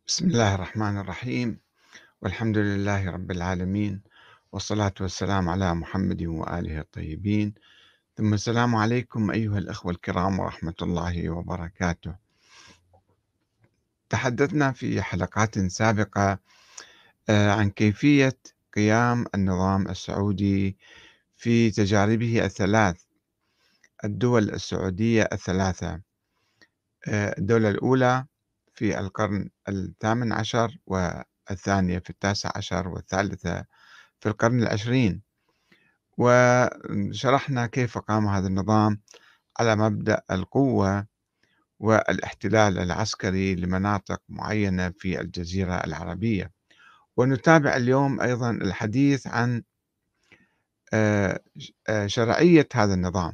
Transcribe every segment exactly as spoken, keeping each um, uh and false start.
بسم الله الرحمن الرحيم، والحمد لله رب العالمين، والصلاة والسلام على محمد وآله الطيبين، ثم السلام عليكم أيها الأخوة الكرام ورحمة الله وبركاته. تحدثنا في حلقات سابقة آه، عن كيفية قيام النظام السعودي في تجاربه الثلاث، الدول السعودية الثلاثة. آه، الدولة الأولى في القرن الثامن عشر، والثانية في التاسع عشر، والثالثة في القرن العشرين. وشرحنا كيف قام هذا النظام على مبدأ القوة والاحتلال العسكري لمناطق معينة في الجزيرة العربية. ونتابع اليوم أيضا الحديث عن آه، آه، شرعية هذا النظام.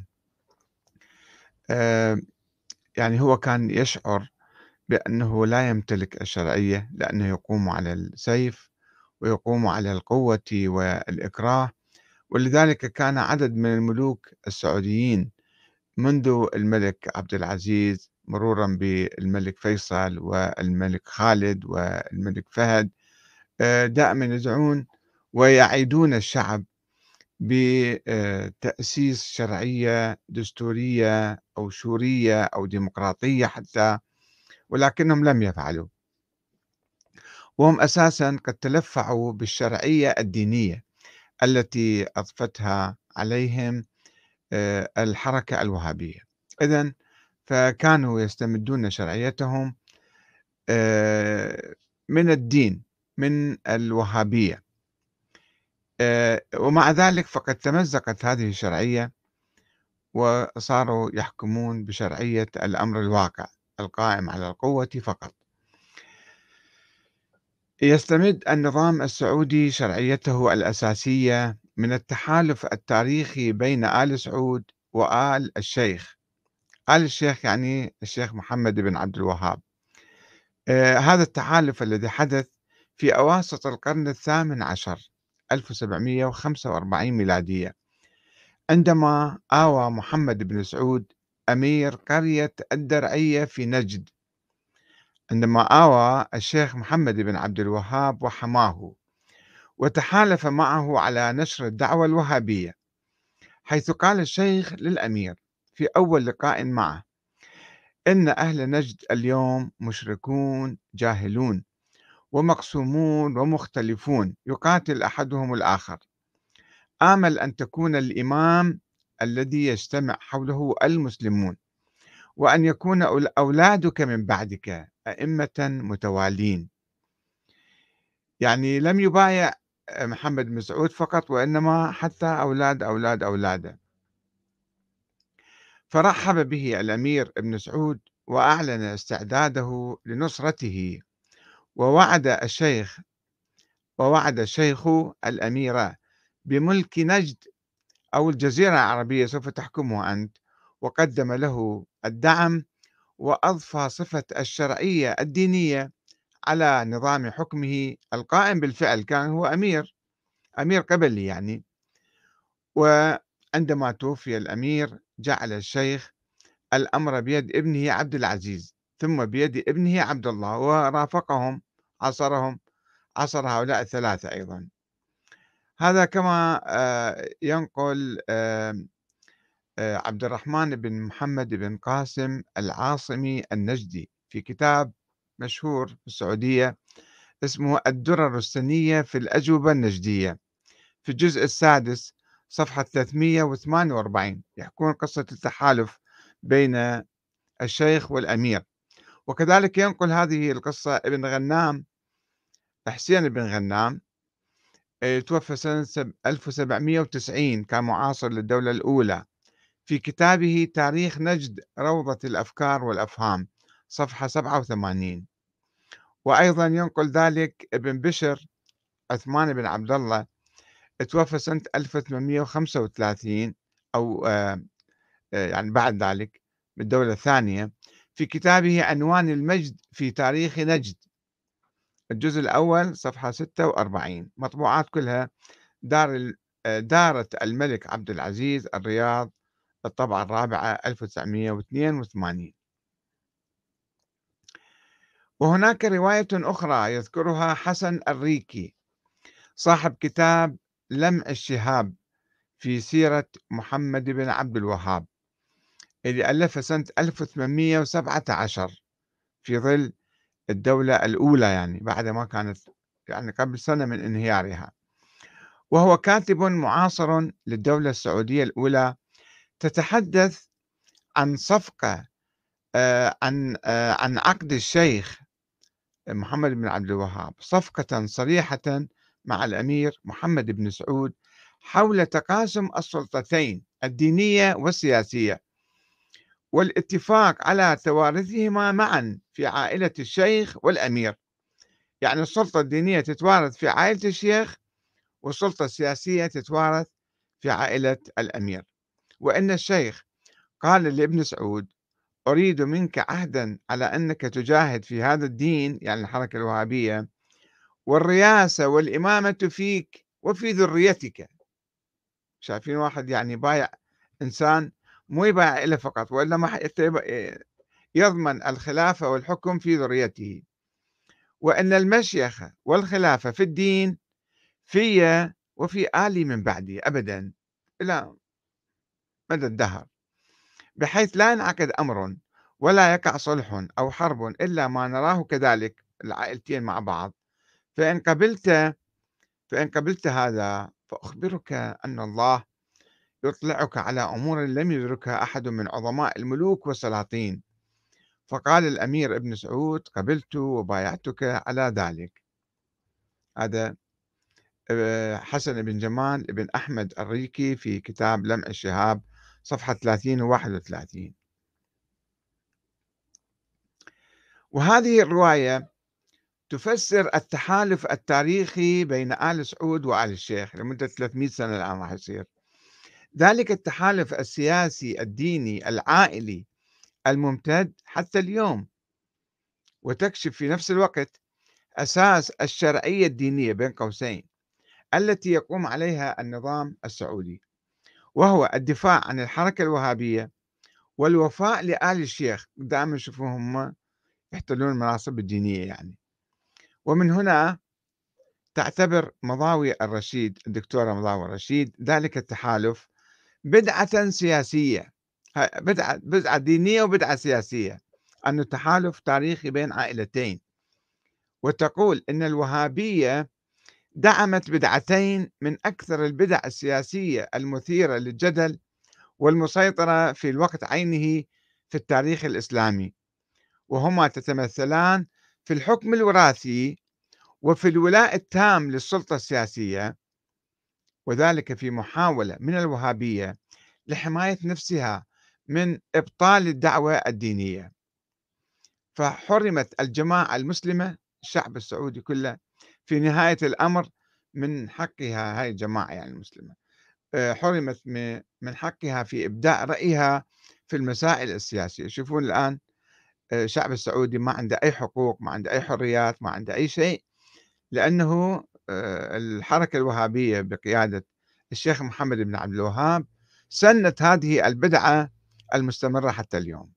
آه، يعني هو كان يشعر بأنه لا يمتلك الشرعية، لأنه يقوم على السيف ويقوم على القوة والإكراه. ولذلك كان عدد من الملوك السعوديين منذ الملك عبد العزيز مرورا بالملك فيصل والملك خالد والملك فهد آه، دائما يدعون ويعيدون الشعب بتأسيس شرعية دستورية أو شورية أو ديمقراطية حتى، ولكنهم لم يفعلوا. وهم أساسا قد تلفعوا بالشرعية الدينية التي أضفتها عليهم آه، الحركة الوهابية. إذن فكانوا يستمدون شرعيتهم آه، من الدين، من الوهابية. آه، ومع ذلك فقد تمزقت هذه الشرعية، وصاروا يحكمون بشرعية الأمر الواقع القائم على القوة فقط. يستمد النظام السعودي شرعيته الأساسية من التحالف التاريخي بين آل سعود وآل الشيخ. آل الشيخ يعني الشيخ محمد بن عبد الوهاب. آه، هذا التحالف الذي حدث في أواسط القرن الثامن عشر، ألف وسبعمئة وخمسة وأربعين ميلادية، عندما آوى محمد بن سعود أمير قرية الدرعية في نجد، عندما آوى الشيخ محمد بن عبد الوهاب وحماه وتحالف معه على نشر الدعوة الوهابية، حيث قال الشيخ للأمير في أول لقاء معه: إن أهل نجد اليوم مشركون جاهلون ومقسومون ومختلفون، يقاتل أحدهم الآخر. آمل أن تكون الإمام الذي يجتمع حوله المسلمون، وأن يكون أول- أولادك من بعدك أئمة متوالين. يعني لم يبايع محمد بن سعود فقط، وإنما حتى أولاد أولاد أولاده. فرحب به الأمير ابن سعود وأعلن استعداده لنصرته، ووعد الشيخ ووعد الشيخ الأمير بملك نجد أو الجزيرة العربية سوف تحكمها أنت، وقدم له الدعم، وأضفى صفة الشرعية الدينية على نظام حكمه القائم بالفعل. كان هو أمير أمير قبلي يعني. وعندما توفي الأمير جعل الشيخ الأمر بيد ابنه عبد العزيز، ثم بيد ابنه عبد الله، ورافقهم عصرهم عصر هؤلاء الثلاثة أيضا. هذا كما آه، ينقل آه، آه، عبد الرحمن بن محمد بن قاسم العاصمي النجدي في كتاب مشهور في السعودية اسمه الدرر السنية في الأجوبة النجدية، في الجزء السادس صفحة ثلاثمئة وثمانية وأربعين، يحكون قصة التحالف بين الشيخ والأمير. وكذلك ينقل هذه القصة ابن غنام، حسين بن غنام، آه، توفى سنة سب- ألف وسبعمئة وتسعين، كان معاصر للدولة الأولى، في كتابه تاريخ نجد روضة الأفكار والأفهام، صفحة سبعة وثمانين. وأيضا ينقل ذلك ابن بشر عثمان بن عبد الله، توفى سنة ألف وثمانمئة وخمسة وثلاثين، أو آه، آه، يعني بعد ذلك بالدولة الثانية، في كتابه عنوان المجد في تاريخ نجد، الجزء الأول صفحة ستة وأربعين، مطبوعات كلها دار ال- آه، دارة الملك عبد العزيز، الرياض، الطبعة الرابعة ألف وتسعمئة واثنين وثمانين. وهناك رواية أخرى يذكرها حسن الريكي صاحب كتاب لمع الشهاب في سيرة محمد بن عبد الوهاب، اللي ألفه سنة ألف وثمانمئة وسبعة عشر في ظل الدولة الأولى، يعني بعد ما كانت، يعني قبل سنة من انهيارها. وهو كاتب معاصر للدولة السعودية الأولى، تتحدث عن صفقة آه، عن آه، عن عقد الشيخ محمد بن عبد الوهاب صفقة صريحة مع الأمير محمد بن سعود حول تقاسم السلطتين الدينية والسياسية، والاتفاق على توارثهما معا في عائلة الشيخ والأمير. يعني السلطة الدينية تتوارث في عائلة الشيخ، والسلطة السياسية تتوارث في عائلة الأمير. وإن الشيخ قال لابن سعود: أريد منك عهدا على أنك تجاهد في هذا الدين، يعني الحركة الوهابية، والرياسة والإمامة فيك وفي ذريتك. شايفين واحد يعني بايع إنسان، مو يبايع إله فقط، وإنما حتى يب- يضمن الخلافة والحكم في ذريته. وأن المشيخة والخلافة في الدين في وفي آلي من بعدي أبدا إلى مدى الدهر، بحيث لا ينعقد أمر ولا يقع صلح أو حرب إلا ما نراه كذلك العائلتين مع بعض. فإن قبلت فإن قبلت هذا فأخبرك أن الله يطلعك على أمور لم يدركها أحد من عظماء الملوك والسلاطين. فقال الأمير ابن سعود: قبلت وبايعتك على ذلك. هذا آه، حسن بن جمال بن أحمد الريكي في كتاب لمع الشهاب صفحة ثلاثين و واحد وثلاثين. وهذه الرواية تفسر التحالف التاريخي بين آل سعود وآل الشيخ لمدة ثلاثمئة سنة الآن راح يصير. ذلك التحالف السياسي الديني العائلي الممتد حتى اليوم، وتكشف في نفس الوقت أساس الشرعية الدينية بين قوسين التي يقوم عليها النظام السعودي، وهو الدفاع عن الحركة الوهابية والوفاء لآل الشيخ. دائما نشوفهم هم يحتلون المناصب الدينية يعني. ومن هنا تعتبر مضاوي الرشيد، الدكتورة مضاوي الرشيد، ذلك التحالف بدعة سياسية، هاي بدعة بدعة دينية وبدعة سياسية، أنه تحالف تاريخي بين عائلتين. وتقول إن الوهابية دعمت بدعتين من أكثر البدع السياسية المثيرة للجدل والمسيطرة في الوقت عينه في التاريخ الإسلامي، وهما تتمثلان في الحكم الوراثي وفي الولاء التام للسلطة السياسية، وذلك في محاولة من الوهابية لحماية نفسها من إبطال الدعوة الدينية. فحرمت الجماعة المسلمة، الشعب السعودي كله، في نهاية الأمر من حقها، هاي الجماعة يعني المسلمة، آه، حرمت م- من حقها في إبداء رأيها في المسائل السياسية. يشوفون الآن آه، الشعب السعودي ما عنده أي حقوق، ما عنده أي حريات، ما عنده أي شيء، لأنه آه، الحركة الوهابية بقيادة الشيخ محمد بن عبد الوهاب سنت هذه البدعة المستمرة حتى اليوم.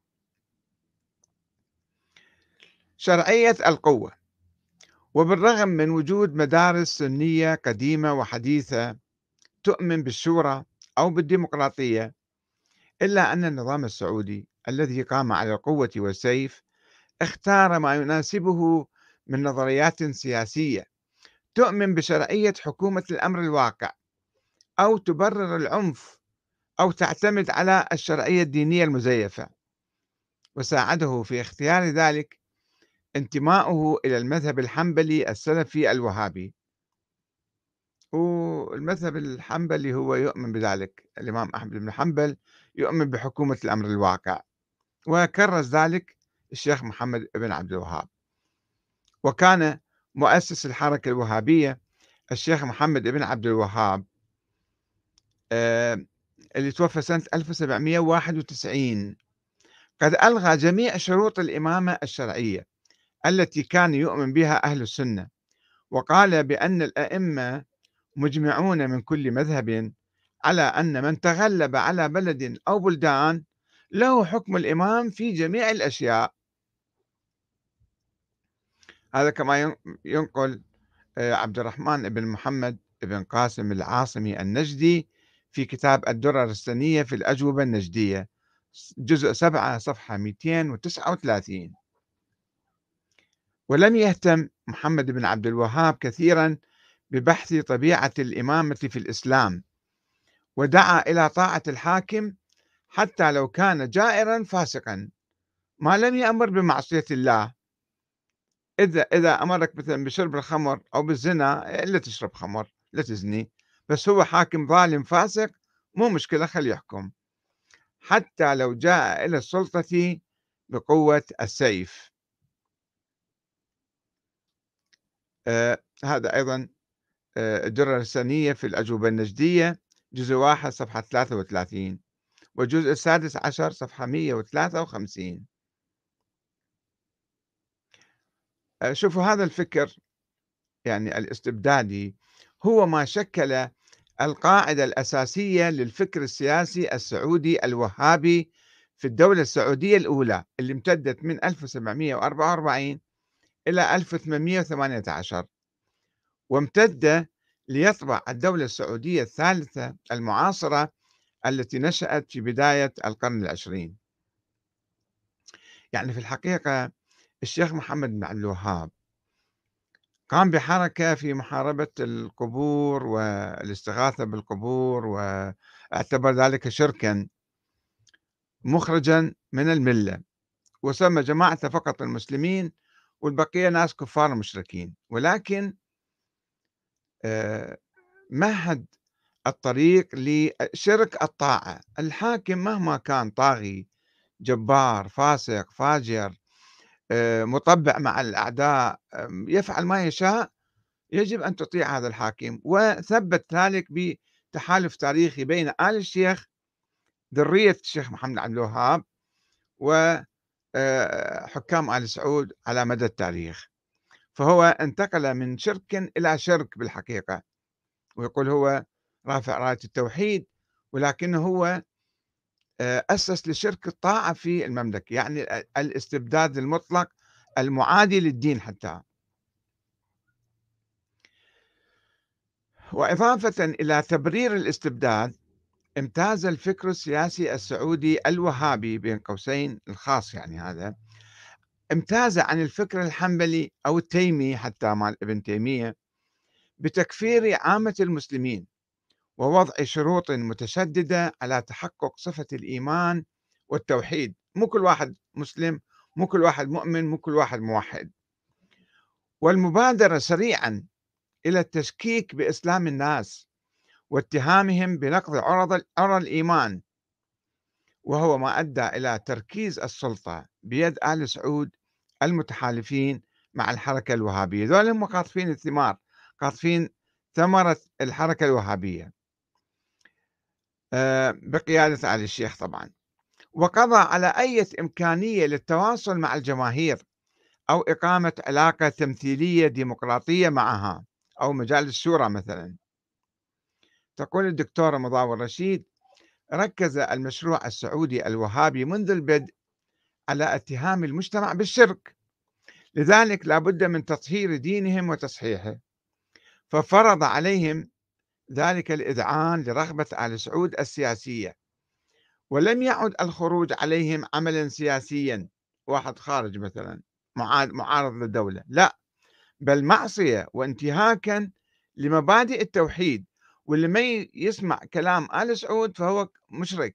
شرعية القوة. وبالرغم من وجود مدارس سنية قديمة وحديثة تؤمن بالشورى أو بالديمقراطية، إلا أن النظام السعودي الذي قام على القوة والسيف اختار ما يناسبه من نظريات سياسية تؤمن بشرعية حكومة الأمر الواقع، أو تبرر العنف، أو تعتمد على الشرعية الدينية المزيفة. وساعده في اختيار ذلك انتماؤه إلى المذهب الحنبلي السلفي الوهابي. والمذهب الحنبلي هو يؤمن بذلك، الإمام أحمد بن حنبل يؤمن بحكومة الأمر الواقع، وكرس ذلك الشيخ محمد بن عبد الوهاب. وكان مؤسس الحركة الوهابية الشيخ محمد بن عبد الوهاب آه، اللي توفى سنة ألف وسبعمئة وواحد وتسعين قد ألغى جميع شروط الإمامة الشرعية التي كان يؤمن بها أهل السنة، وقال بأن الأئمة مجمعون من كل مذهب على أن من تغلب على بلد أو بلدان له حكم الإمام في جميع الأشياء. هذا كما ين ينقل آآ عبد الرحمن بن محمد بن قاسم العاصمي النجدي في كتاب الدرر السنية في الأجوبة النجدية، س جزء سبعة صفحة مئتين وتسعة وثلاثين. ولم يهتم محمد بن عبد الوهاب كثيرًا ببحث طبيعة الإمامة في الإسلام، ودعا إلى طاعة الحاكم حتى لو كان جائرًا فاسقًا، ما لم يأمر بمعصية الله. إذا إذا أمرك مثلًا بشرب الخمر أو بالزنا إلا تشرب خمر، لا تزني، بس هو حاكم ظالم فاسق مو مشكلة خليه يحكم، حتى لو جاء إلى السلطة بقوة السيف. آآ هذا أيضًا آآ الدُرَر السنية في الأجوبة النجدية جزء واحد صفحة ثلاثة وثلاثين، والجزء السادس عشر صفحة مئة وثلاثة وخمسين. آآ شوفوا هذا الفكر يعني الاستبدادي هو ما شكل القاعدة الأساسية للفكر السياسي السعودي الوهابي في الدولة السعودية الأولى اللي امتدت من ألف وسبعمئة وأربعة وأربعين إلى ألف وثمانمئة وثمانية عشر، وامتد ليطبع الدولة السعودية الثالثة المعاصرة التي نشأت في بداية القرن العشرين. يعني في الحقيقة الشيخ محمد بن عبد الوهاب قام بحركة في محاربة القبور والاستغاثة بالقبور، واعتبر ذلك شركا مخرجا من الملة، وسمى جماعته فقط المسلمين والبقية ناس كفار مشركين. ولكن آه، مهد الطريق لشرك الطاعة. الحاكم مهما كان طاغي جبار فاسق فاجر آه، مطبع مع الأعداء آم، يفعل ما يشاء، يجب أن تطيع هذا الحاكم. وثبت ذلك بتحالف تاريخي بين آل الشيخ ذرية الشيخ محمد عبد الوهاب وحكام آل سعود على مدى التاريخ. فهو انتقل من شرك إلى شرك بالحقيقة، ويقول هو رافع راية التوحيد، ولكنه هو آه، أسس لشرك الطاعة في المملكة، يعني الاستبداد المطلق المعادي للدين حتى. وإضافة إلى تبرير الاستبداد، امتاز الفكر السياسي السعودي الوهابي بين قوسين الخاص يعني هذا، امتاز عن الفكر الحنبلي أو التيمي حتى مال ابن تيمية بتكفير عامة المسلمين، ووضع شروط متشددة على تحقق صفة الإيمان والتوحيد. مو كل واحد مسلم، مو كل واحد مؤمن، مو كل واحد موحد. والمبادرة سريعا إلى التشكيك بإسلام الناس واتهامهم بنقض عرض عرى الإيمان، وهو ما أدى إلى تركيز السلطة بيد آل سعود المتحالفين مع الحركة الوهابية. ذول هم قاطفين الثمار، قاطفين ثمرة الحركة الوهابية آه، بقيادة آل الشيخ طبعا. وقضى على أي إمكانية للتواصل مع الجماهير أو إقامة علاقة تمثيلية ديمقراطية معها أو مجالس الشورى مثلا. تقول الدكتورة مضاور رشيد: ركز المشروع السعودي الوهابي منذ البدء على اتهام المجتمع بالشرك، لذلك لا بد من تطهير دينهم وتصحيحه، ففرض عليهم ذلك الإذعان لرغبة آل سعود السياسية، ولم يعد الخروج عليهم عملا سياسيا، واحد خارج مثلا معاد- معارض للدولة، لا، بل معصية وانتهاكا لمبادئ التوحيد. واللي ما ي- يسمع كلام آل سعود فهو مشرك.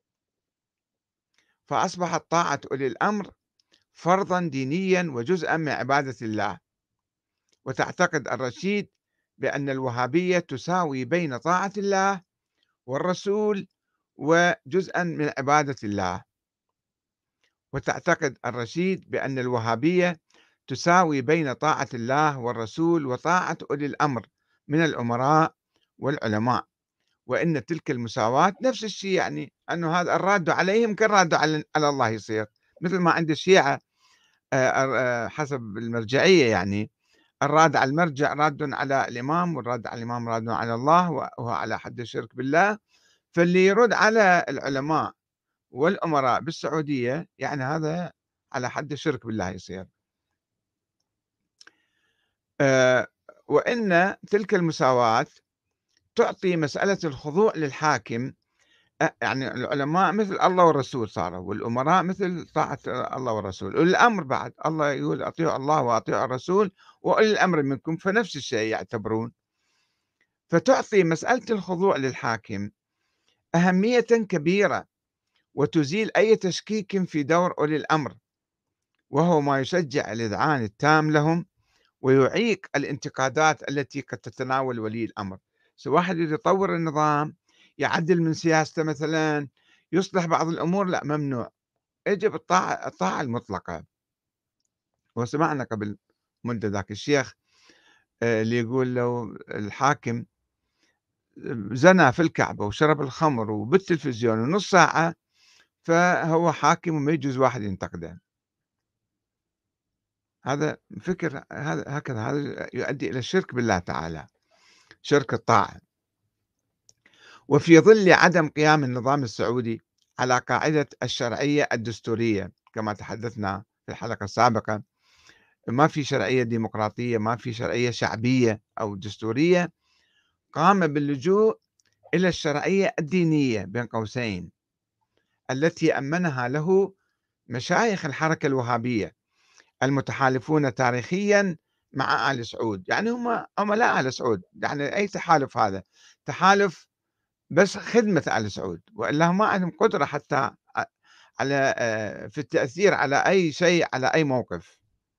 فأصبحت طاعة أولي الأمر فرضا دينيا وجزءا من عبادة الله. وتعتقد الرشيد بأن الوهابية تساوي بين طاعة الله والرسول وجزءا من عبادة الله. وتعتقد الرشيد بأن الوهابية تساوي بين طاعة الله والرسول وطاعة أولي الأمر من الأمراء والعلماء، وإن تلك المساواة نفس الشيء، يعني أنه هذا الراد عليهم كالراد على على الله يصير. مثل ما عند الشيعة آه، آه، حسب المرجعية، يعني الراد على المرجع راد على الإمام، والراد على الإمام راد على الله، وهو على حد الشرك بالله. فاللي يرد على العلماء والأمراء بالسعودية يعني هذا على حد الشرك بالله يصير. آآ وإن تلك المساواة تعطي مسألة الخضوع للحاكم. أ يعني العلماء مثل الله والرسول صاروا، والأمراء مثل طاعة الله والرسول، أولي الأمر بعد، الله يقول أطيعوا الله وأطيعوا الرسول وأولي الأمر منكم، فنفس الشيء يعتبرون. فتعطي مسألة الخضوع للحاكم أهمية كبيرة، وتزيل أي تشكيك في دور أولي الأمر، وهو ما يشجع الإذعان التام لهم، ويعيق الانتقادات التي قد تتناول ولي الأمر. سو واحد يريد يطور النظام، يعدل من سياسته مثلا، يصلح بعض الأمور، لا ممنوع، يجب الطاعة الطاعة المطلقة. وسمعنا قبل مدة ذاك الشيخ آه، اللي يقول لو الحاكم زنى في الكعبة وشرب الخمر وبالتلفزيون ونص ساعة فهو حاكم وما يجوز واحد ينتقده. هذا فكر، هذا هكذا هذا يؤدي إلى الشرك بالله تعالى، شرك الطاعة. وفي ظل عدم قيام النظام السعودي على قاعدة الشرعية الدستورية كما تحدثنا في الحلقة السابقة، ما في شرعية ديمقراطية، ما في شرعية شعبية أو دستورية، قام باللجوء إلى الشرعية الدينية بين قوسين التي أمنها له مشايخ الحركة الوهابية المتحالفون تاريخيا مع آل سعود. يعني هم عملاء آل سعود، يعني أي تحالف هذا تحالف بس خدمة آل سعود، وإلا هم ما عندهم قدرة حتى ع- على آه، في التأثير على أي شيء، على أي موقف،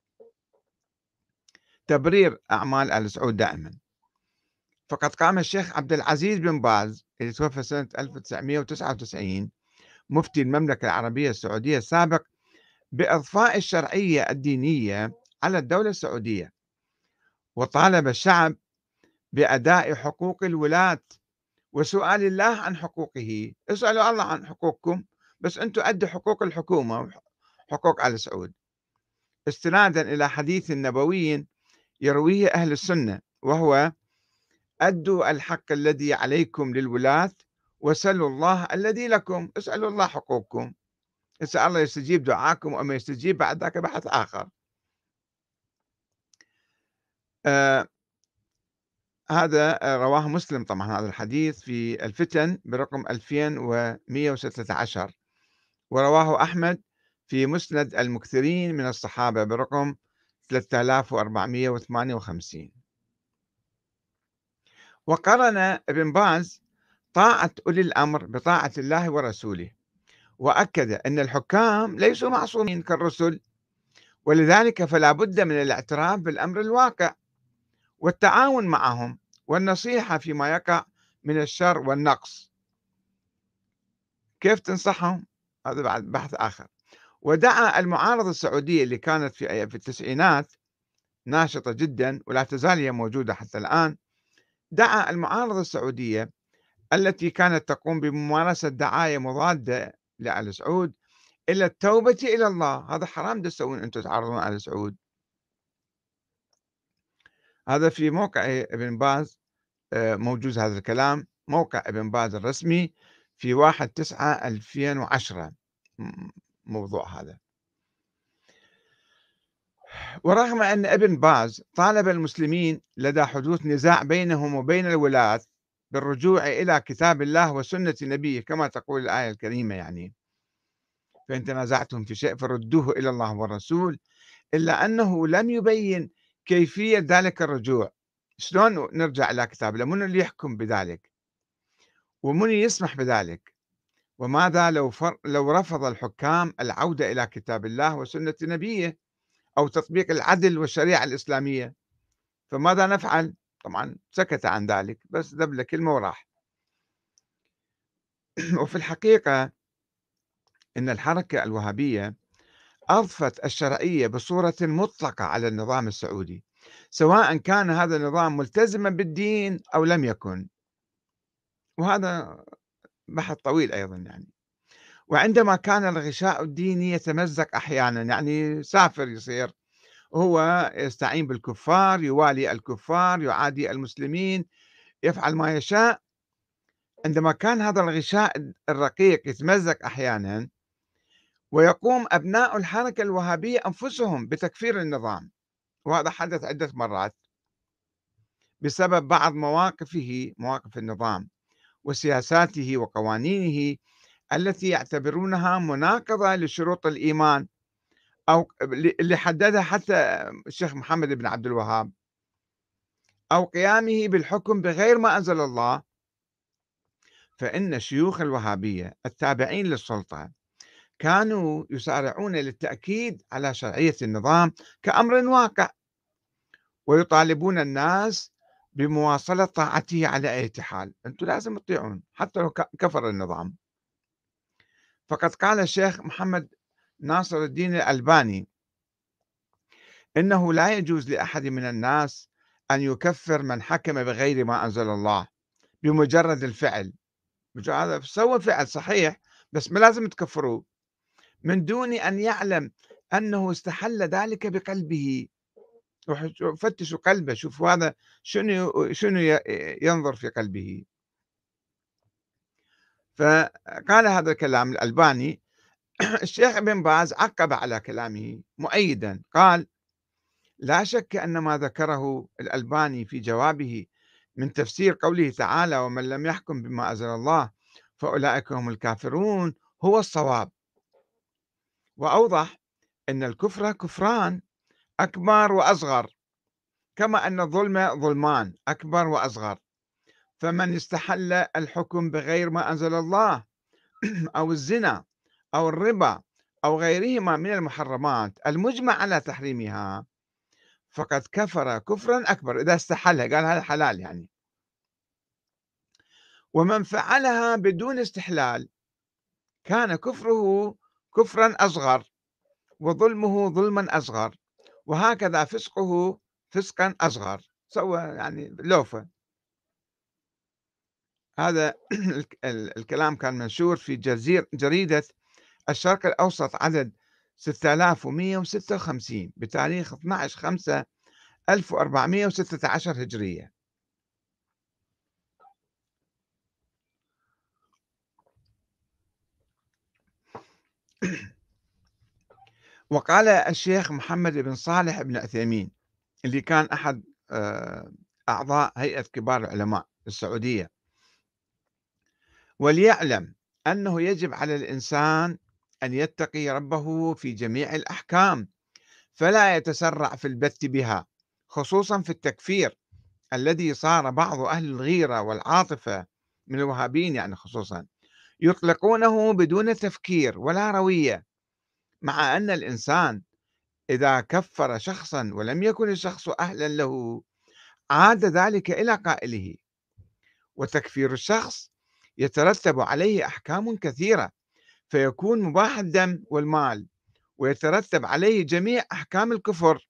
تبرير أعمال آل سعود دائما. فقد قام الشيخ عبد العزيز بن باز اللي توفى سنة ألف وتسعمئة وتسعة وتسعين مفتي المملكة العربية السعودية السابق بإضفاء الشرعية الدينية على الدولة السعودية، وطالب الشعب بأداء حقوق الولاة وسؤال الله عن حقوقه. اسألوا الله عن حقوقكم، بس أنتم أدوا حقوق الحكومة، حقوق آل سعود، استنادا إلى حديث نبوي يرويه أهل السنة، وهو أدوا الحق الذي عليكم للولاة وسلوا الله الذي لكم. اسألوا الله حقوقكم، اسأل الله يستجيب دعاكم، وأما يستجيب بعد ذاك بحث آخر. آه هذا رواه مسلم طبعا هذا الحديث في الفتن برقم ألفين ومئة وثلاثة عشر، ورواه أحمد في مسند المكثرين من الصحابة برقم ثلاثة آلاف وأربعمئة وثمانية وخمسين. وقرن ابن باز طاعة أولي الأمر بطاعة الله ورسوله، وأكد أن الحكام ليسوا معصومين كالرسل، ولذلك فلا بد من الاعتراف بالأمر الواقع والتعاون معهم والنصيحة فيما يقع من الشر والنقص. كيف تنصحهم؟ هذا بعد بحث آخر. ودعا المعارضة السعودية اللي كانت في في التسعينات ناشطة جدا ولا تزال هي موجودة حتى الآن، دعا المعارضة السعودية التي كانت تقوم بممارسة دعاية مضادة لآل سعود إلى التوبة إلى الله. هذا حرام تسوون أنتم تعارضون آل سعود. هذا في موقع ابن باز آه، موجود هذا الكلام، موقع ابن باز الرسمي في واحد تسعة ألفين وعشرة م- موضوع هذا. ورغم أن ابن باز طالب المسلمين لدى حدوث نزاع بينهم وبين الولاة بالرجوع إلى كتاب الله وسنة نبيه كما تقول الآية الكريمة، يعني فإن تنازعتم في شيء فردوه إلى الله والرسول، إلا أنه لم يبين كيفية ذلك الرجوع. شلون نرجع إلى كتاب الله؟ من اللي يحكم بذلك؟ ومن يسمح بذلك؟ وماذا لو فر... لو رفض الحكام العودة إلى كتاب الله وسنة نبيه أو تطبيق العدل والشريعة الإسلامية؟ فماذا نفعل؟ طبعا سكت عن ذلك، بس ذب له كلمة وراح. وفي الحقيقة أن الحركة الوهابية أضفت الشرعية بصورة مطلقة على النظام السعودي، سواء كان هذا النظام ملتزما بالدين أو لم يكن، وهذا بحث طويل أيضا يعني. وعندما كان الغشاء الديني يتمزق أحيانا، يعني سافر يصير، هو يستعين بالكفار، يوالي الكفار، يعادي المسلمين، يفعل ما يشاء. عندما كان هذا الغشاء الرقيق يتمزق أحيانا، ويقوم أبناء الحركة الوهابية أنفسهم بتكفير النظام، وهذا حدث عدة مرات. بسبب بعض مواقفه مواقف النظام وسياساته وقوانينه التي يعتبرونها مناقضة لشروط الإيمان أو اللي حددها حتى الشيخ محمد بن عبد الوهاب، أو قيامه بالحكم بغير ما أنزل الله. فإن شيوخ الوهابية التابعين للسلطة كانوا يسارعون للتأكيد على شرعية النظام كأمر واقع، ويطالبون الناس بمواصلة طاعته على أي حال. أنتم لازم تطيعون حتى لو ك- كفر النظام. فقد قال الشيخ محمد ناصر الدين الألباني إنه لا يجوز لأحد من الناس أن يكفر من حكم بغير ما أنزل الله بمجرد الفعل. مج- هذا سوى فعل صحيح، بس ما لازم تكفروه من دون أن يعلم أنه استحل ذلك بقلبه. روحوا شو- فتشوا قلبه، شوفوا هذا شنو شنو ي- ينظر في قلبه. فقال هذا الكلام الألباني. الشيخ ابن باز عقب على كلامه مؤيدا، قال: لا شك أن ما ذكره الألباني في جوابه من تفسير قوله تعالى: ومن لم يحكم بما أنزل الله فأولئك هم الكافرون، هو الصواب. وأوضح أن الكفر كفران، أكبر وأصغر، كما أن الظلم ظلمان، أكبر وأصغر. فمن استحل الحكم بغير ما أنزل الله أو الزنا أو الربا أو غيرهما من المحرمات المجمع على تحريمها فقد كفر كفرا أكبر، إذا استحلها قال هذا حلال يعني. ومن فعلها بدون استحلال كان كفره كفرا أصغر، وظلمه ظلما أصغر، وهكذا فسقه فسقا أصغر. سوى يعني لوفة. هذا الك- ال- الكلام كان منشور في جزير جريدة الشرق الأوسط عدد ستة آلاف ومئة وستة وخمسين بتاريخ اثني عشر خمسة ألف وأربعمئة وستة عشر هجرية. وقال الشيخ محمد بن صالح بن عثيمين اللي كان أحد آه، أعضاء هيئة كبار العلماء السعودية: وليعلم أنه يجب على الإنسان أن يتقي ربه في جميع الأحكام، فلا يتسرع في البت بها، خصوصا في التكفير الذي صار بعض أهل الغيرة والعاطفة من الوهابيين يعني خصوصا يطلقونه بدون تفكير ولا روية، مع أن الإنسان إذا كفر شخصا ولم يكن الشخص أهلا له عاد ذلك إلى قائله. وتكفير الشخص يترتب عليه أحكام كثيرة، فيكون مباح الدم والمال، ويترتب عليه جميع أحكام الكفر.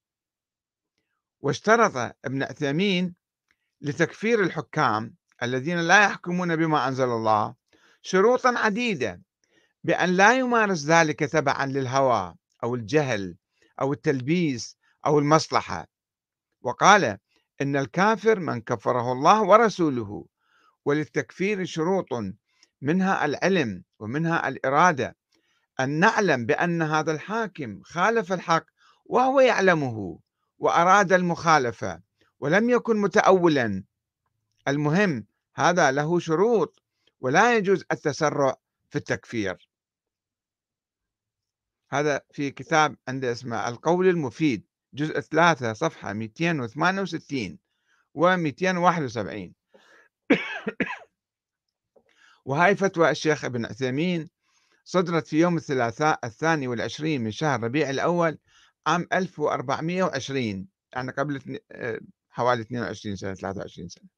واشترط ابن عثيمين لتكفير الحكام الذين لا يحكمون بما أنزل الله شروطا عديدة، بأن لا يمارس ذلك تبعا للهوى أو الجهل أو التلبيس أو المصلحة. وقال إن الكافر من كفره الله ورسوله. وللتكفير شروط، منها العلم ومنها الإرادة، أن نعلم بأن هذا الحاكم خالف الحق وهو يعلمه وأراد المخالفة ولم يكن متأولا. المهم هذا له شروط، ولا يجوز التسرع في التكفير. هذا في كتاب عنده اسمه القول المفيد، جزء ثلاثة صفحة مئتين وثمانية وستين و مئتين وواحد وسبعين. وهاي فتوى الشيخ ابن عثيمين صدرت في يوم الثلاثاء الثاني والعشرين من شهر ربيع الأول عام ألف وأربعمئة وعشرين، يعني قبل اثن- آه، حوالي اثنين وعشرين سنة ثلاثة وعشرين سنة.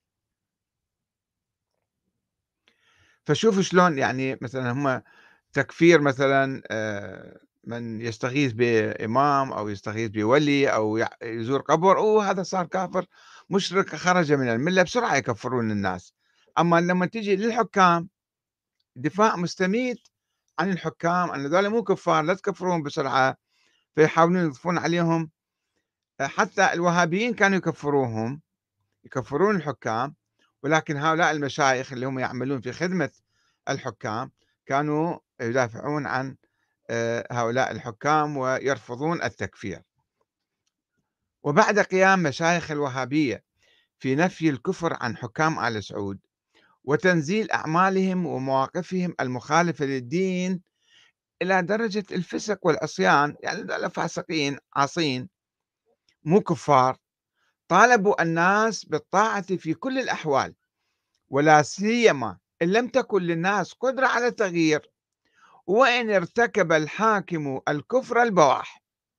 فشوفوا شلون يعني مثلا هم تكفير مثلا آه، من يستغيث بإمام أو يستغيث بولي أو يع- يزور قبر، أوه هذا صار كافر مشرك خرج من الملة، بسرعة يكفرون الناس. أما لما تجي للحكام دفاع مستميت عن الحكام أن ذولا مو كفار، لا تكفرون بسرعة، فيحاولون يضيفون عليهم. حتى الوهابيين كانوا يكفروهم، يكفرون الحكام، ولكن هؤلاء المشايخ اللي هم يعملون في خدمة الحكام كانوا يدافعون عن آه، هؤلاء الحكام ويرفضون التكفير. وبعد قيام مشايخ الوهابية في نفي الكفر عن حكام آل سعود وتنزيل أعمالهم ومواقفهم المخالفة للدين إلى درجة الفسق والعصيان، يعني هذول فاسقين عاصين مو كفار. طالبوا الناس بالطاعة في كل الأحوال، ولا سيما إن لم تكن للناس قدرة على التغيير، وإن ارتكب الحاكم الكفر البواح.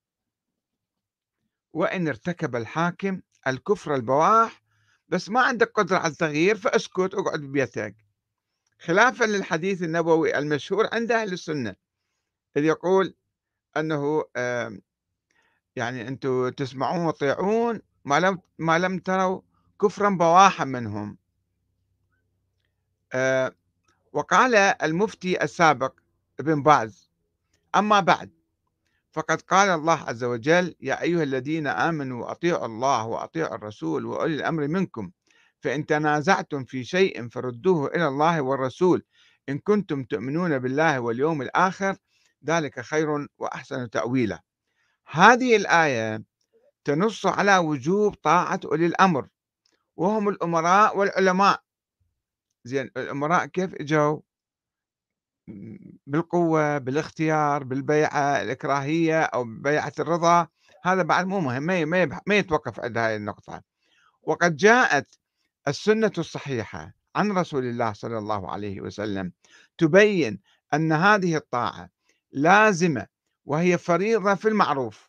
وإن ارتكب الحاكم الكفر البواح، بس ما عندك قدرة على التغيير فاسكت، اقعد ببيتك، خلافا للحديث النبوي المشهور عند أهل السنة اللي يقول أنه آه، يعني أنتم تسمعون وتطيعون ما لم ما لم تروا كفرا بواحا منهم. آه، وقال المفتي السابق ابن باز: أما بعد، فقد قال الله عز وجل: يا أيها الذين آمنوا أطيعوا الله وأطيعوا الرسول وأولي الأمر منكم، فإن تنازعتم في شيء فردوه إلى الله والرسول إن كنتم تؤمنون بالله واليوم الآخر، ذلك خير وأحسن تأويلا. هذه الآية تنص على وجوب طاعة أولي الأمر، وهم الأمراء والعلماء. زين، الأمراء كيف إجوا؟ بالقوة، بالاختيار، بالبيعة الإكراهية أو بيعة الرضا. هذا بعد مو مهم، ما ما يبح- ما يتوقف عند هاي النقطة. وقد جاءت السنة الصحيحة عن رسول الله صلى الله عليه وسلم تبين أن هذه الطاعة لازمة وهي فريضة في المعروف.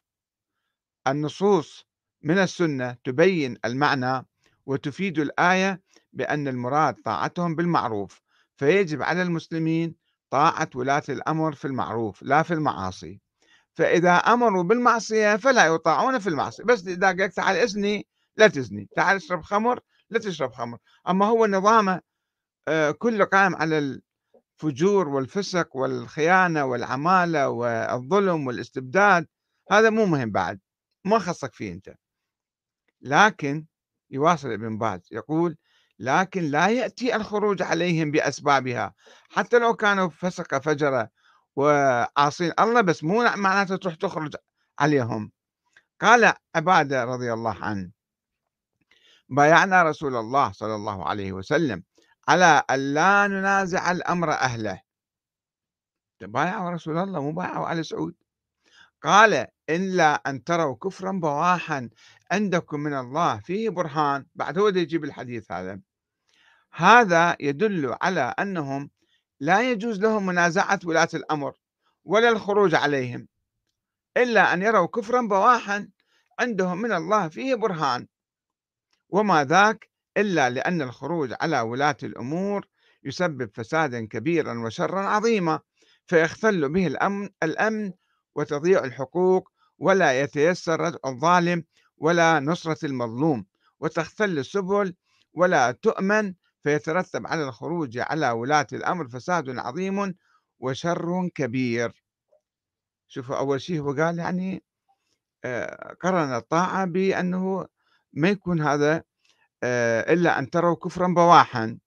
النصوص من السنة تبين المعنى وتفيد الآية بأن المراد طاعتهم بالمعروف، فيجب على المسلمين طاعة ولاة الأمر في المعروف لا في المعاصي. فإذا أمروا بالمعصية فلا يطاعون في المعصية، بس إذا قال تعال اسني لا تزني، تعال اشرب خمر لا تشرب خمر. أما هو نظامه آه، كله قائم على الفجور والفسق والخيانة والعمالة والظلم والاستبداد، هذا مو مهم بعد، ما خصك فيه أنت. لكن يواصل ابن باز يقول: لكن لا يأتي الخروج عليهم بأسبابها، حتى لو كانوا فسقة فجرة وعاصين الله، بس مو معناته تروح تخرج عليهم. قال عبادة رضي الله عنه: بايعنا رسول الله صلى الله عليه وسلم على أن لا ننازع الأمر أهله. بايعوا رسول الله مو بايعوا آل سعود. قال: إلا أن تروا كفرا بواحا عندكم من الله فيه برهان. بعد هو يجيب الحديث هذا. هذا يدل على أنهم لا يجوز لهم منازعة ولاة الأمر ولا الخروج عليهم، إلا أن يروا كفرا بواحا عندهم من الله فيه برهان. وما ذاك إلا لأن الخروج على ولاة الأمور يسبب فسادا كبيرا وشرا عظيما، فيختل به الأمن, الأمن وتضيع الحقوق، ولا يتيسر ردع الظالم ولا نصرة المظلوم، وتختل السبل ولا تؤمن، فيترتب على الخروج على ولاة الأمر فساد عظيم وشر كبير. شوفوا، أول شيء هو قال يعني آه، قرن الطاعة بأنه ما يكون هذا آه، إلا أن تروا كفرا بواحا،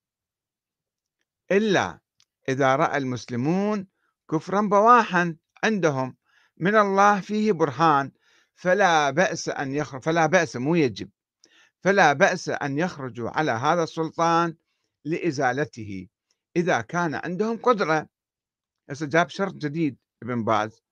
إلا إذا رأى المسلمون كفرا بواحا عندهم من الله فيه برهان، فلا بأس أن يخرج، فلا بأس مو يجب، فلا بأس أن يخرجوا على هذا السلطان لإزالته إذا كان عندهم قدرة. هسه جاب شرط جديد ابن باز،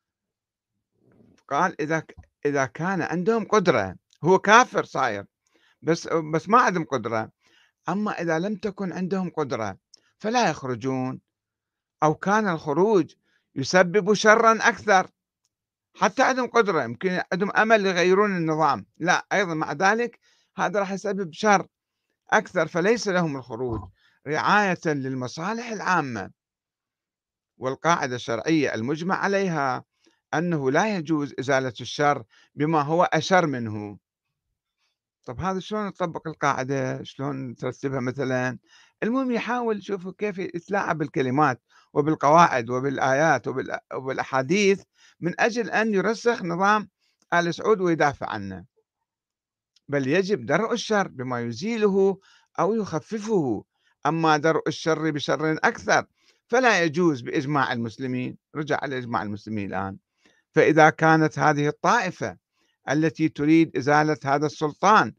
قال إذا إذا كان عندهم قدرة، هو كافر صاير بس بس ما عندهم قدرة. أما إذا لم تكن عندهم قدرة فلا يخرجون، أو كان الخروج يسبب شرا أكثر. حتى عندهم قدرة، يمكن عندهم أمل يغيرون النظام، لا أيضا مع ذلك هذا راح يسبب شر أكثر، فليس لهم الخروج رعاية للمصالح العامة. والقاعدة الشرعية المجمع عليها أنه لا يجوز إزالة الشر بما هو أشر منه. طب هذا شلون نطبق القاعدة؟ شلون ترتبها مثلا؟ المهم يحاول شوفوا كيف يتلاعب بالكلمات وبالقواعد وبالآيات وبالأ- وبالأحاديث من أجل أن يرسخ نظام آل سعود ويدافع عنه. بل يجب درء الشر بما يزيله أو يخففه. أما درء الشر بشر أكثر فلا يجوز بإجماع المسلمين. رجع على إجماع المسلمين الآن. فإذا كانت هذه الطائفة التي تريد إزالة هذا السلطان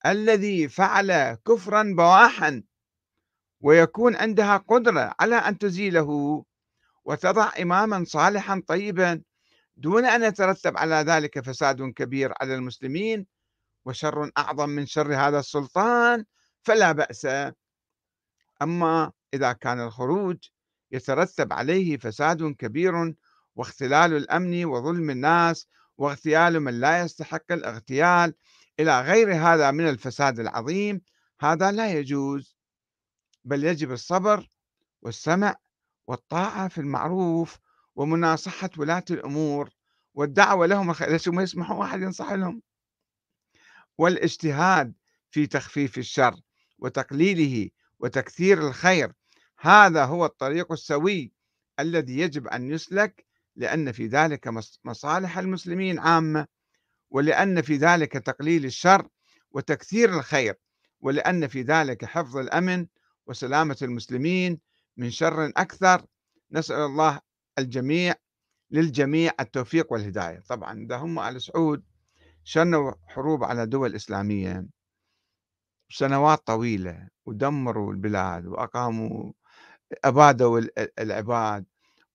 الذي فعل كفرا بواحا ويكون عندها قدرة على أن تزيله وتضع إماما صالحا طيبا دون أن يترتب على ذلك فساد كبير على المسلمين وشر أعظم من شر هذا السلطان، فلا بأس. أما إذا كان الخروج يترتب عليه فساد كبير واختلال الأمن وظلم الناس واغتيال من لا يستحق الاغتيال إلى غير هذا من الفساد العظيم، هذا لا يجوز، بل يجب الصبر والسمع والطاعة في المعروف ومناصحة ولاة الأمور والدعوة لهم الخير. ليش ما يسمحوا واحد ينصح لهم؟ والاجتهاد في تخفيف الشر وتقليله وتكثير الخير، هذا هو الطريق السوي الذي يجب أن يسلك، لأن في ذلك مص- مصالح المسلمين عامة، ولأن في ذلك تقليل الشر وتكثير الخير، ولأن في ذلك حفظ الأمن وسلامة المسلمين من شر أكثر. نسأل الله الجميع للجميع التوفيق والهداية. طبعا ده هم آل سعود شنوا حروب على دول إسلامية سنوات طويلة ودمروا البلاد وأقاموا أبادوا ال- العباد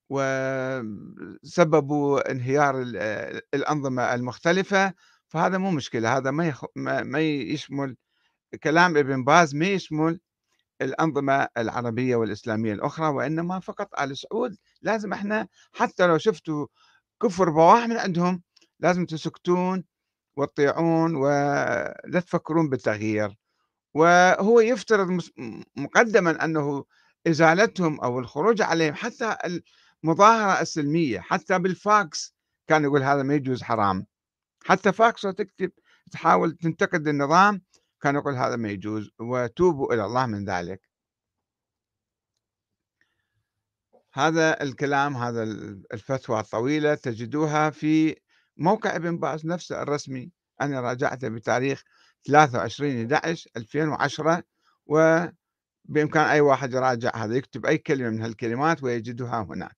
وسببوا انهيار ال- الأنظمة المختلفة. فهذا مو مشكلة، هذا ما يخ... ما ما يشمل كلام ابن باز، ما يشمل الأنظمة العربية والإسلامية الأخرى، وإنما فقط آل سعود. لازم إحنا حتى لو شفتوا كفر بواح من عندهم لازم تسكتون وتطيعون ولا تفكرون بالتغيير. وهو يفترض مس- مقدما أنه إزالتهم أو الخروج عليهم حتى المظاهرة السلمية حتى بالفاكس كان يقول هذا ما يجوز، حرام. حتى فاكس وتكتب تحاول تنتقد النظام كان يقول هذا ما يجوز وتوبوا إلى الله من ذلك. هذا الكلام، هذا الفتوى الطويلة تجدوها في موقع ابن باز نفسه الرسمي. أنا راجعته بتاريخ ثلاثة وعشرين أحد عشر ألفين وعشرة، وبإمكان أي واحد يراجع هذا، يكتب أي كلمة من هالكلمات ويجدها هناك.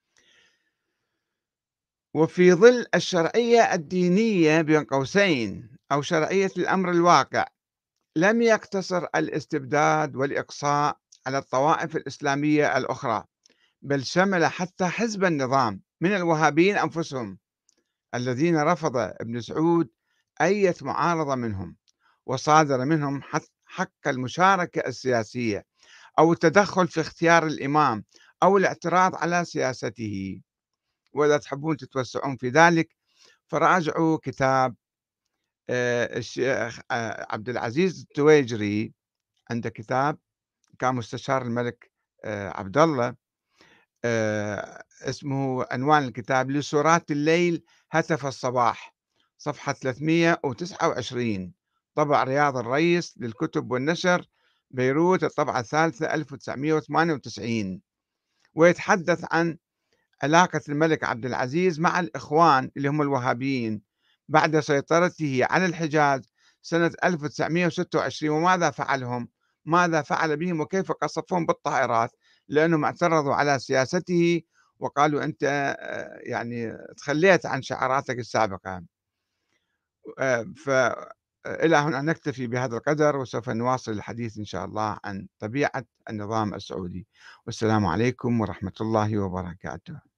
وفي ظل الشرعية الدينية بين قوسين أو شرعية الأمر الواقع، لم يقتصر الاستبداد والإقصاء على الطوائف الإسلامية الأخرى، بل شمل حتى حزب النظام من الوهابيين أنفسهم الذين رفض ابن سعود أية معارضة منهم، وصادر منهم حق حق المشاركة السياسية أو التدخل في اختيار الإمام أو الاعتراض على سياسته. وإذا تحبون تتوسعون في ذلك فراجعوا كتاب آه، الشيخ آه، عبد العزيز التويجري، عنده كتاب، كان مستشار الملك آه، عبد الله، آآ اسمه عنوان الكتاب لسورات الليل هتف الصباح، صفحة ثلاثمئة وتسعة وعشرين، طبع رياض الرئيس للكتب والنشر، بيروت، الطبعة الثالثة ألف وتسعمئة وثمانية وتسعين. ويتحدث عن علاقة الملك عبد العزيز مع الإخوان اللي هم الوهابيين بعد سيطرته على الحجاز سنة ألف وتسعمئة وستة وعشرين، وماذا فعلهم؟ ماذا فعل بهم وكيف قصفهم بالطائرات؟ لأنهم اعترضوا على سياسته وقالوا أنت آه، يعني تخليت عن شعاراتك السابقة. آه، فإلى هنا نكتفي بهذا القدر، وسوف نواصل الحديث إن شاء الله عن طبيعة النظام السعودي. والسلام عليكم ورحمة الله وبركاته.